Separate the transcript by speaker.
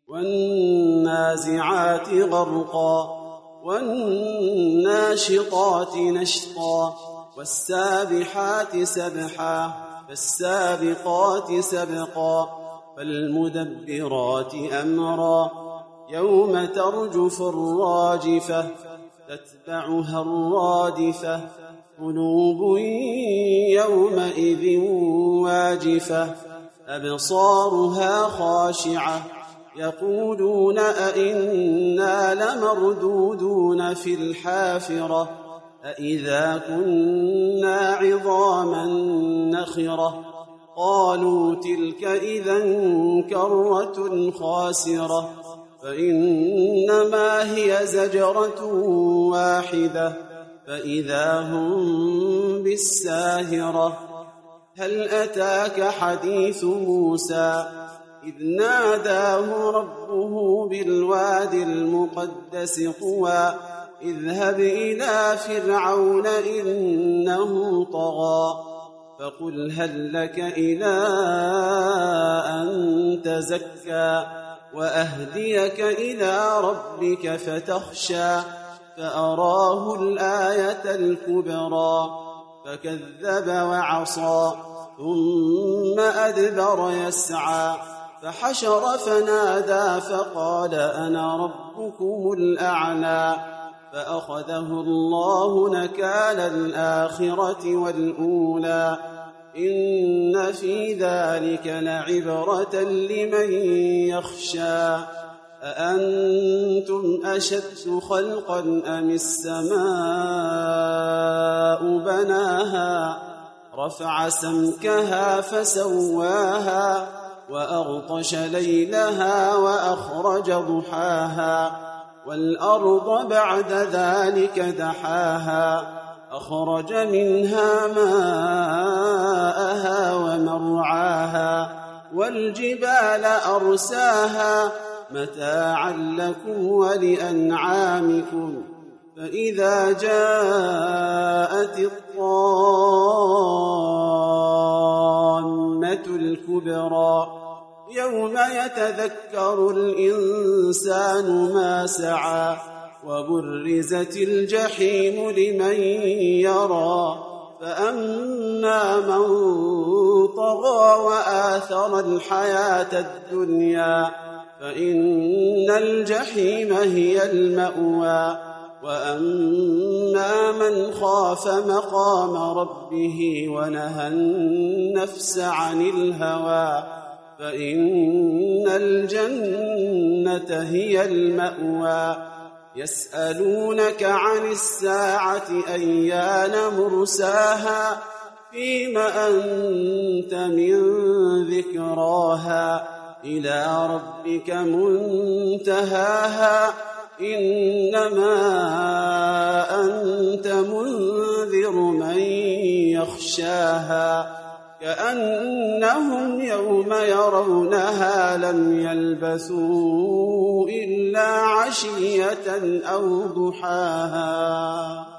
Speaker 1: والنازعات غرقا والناشطات نشطا والسابحات سبحا فالسابقات سبقا فالمدبرات أمرا يوم ترجف الراجفة تتبعها الرادفة قلوب يومئذ واجفة أبصارها خاشعة يقولون أئنا لمردودون في الحافرة أئذا كنا عظاما نخرة قالوا تلك إذا كرة خاسرة فإنما هي زجرة واحدة فإذا هم بالساهرة هل أتاك حديث موسى إذ ناداه ربه بالواد المقدس طوى اذهب إلى فرعون إنه طغى فقل هل لك إلى أن تزكى وأهديك إلى ربك فتخشى فأراه الآية الكبرى فكذب وعصى ثم أدبر يسعى فحشر فنادى فقال أنا ربكم الأعلى فأخذه الله نكال الآخرة والأولى إن في ذلك لعبرة لمن يخشى أأنتم أشد خلقا أم السماء بناها رفع سمكها فسواها وأغطش ليلها وأخرج ضحاها والأرض بعد ذلك دحاها أخرج منها ماءها ومرعاها والجبال أرساها متاعا لكم ولأنعامكم فإذا جاءت الطامة الكبرى يوم يتذكر الإنسان ما سعى وبرزت الجحيم لمن يرى فأما من طغى وآثر الحياة الدنيا فإن الجحيم هي المأوى وأما من خاف مقام ربه ونهى النفس عن الهوى فإن الجنة هي المأوى يسألونك عن الساعة أيان مرساها فيم أنت من ذكراها إلى ربك منتهاها إنما أنت منذر من يخشاها كأنهم يوم يرونها لم يلبثوا إلا عشية أو ضحاها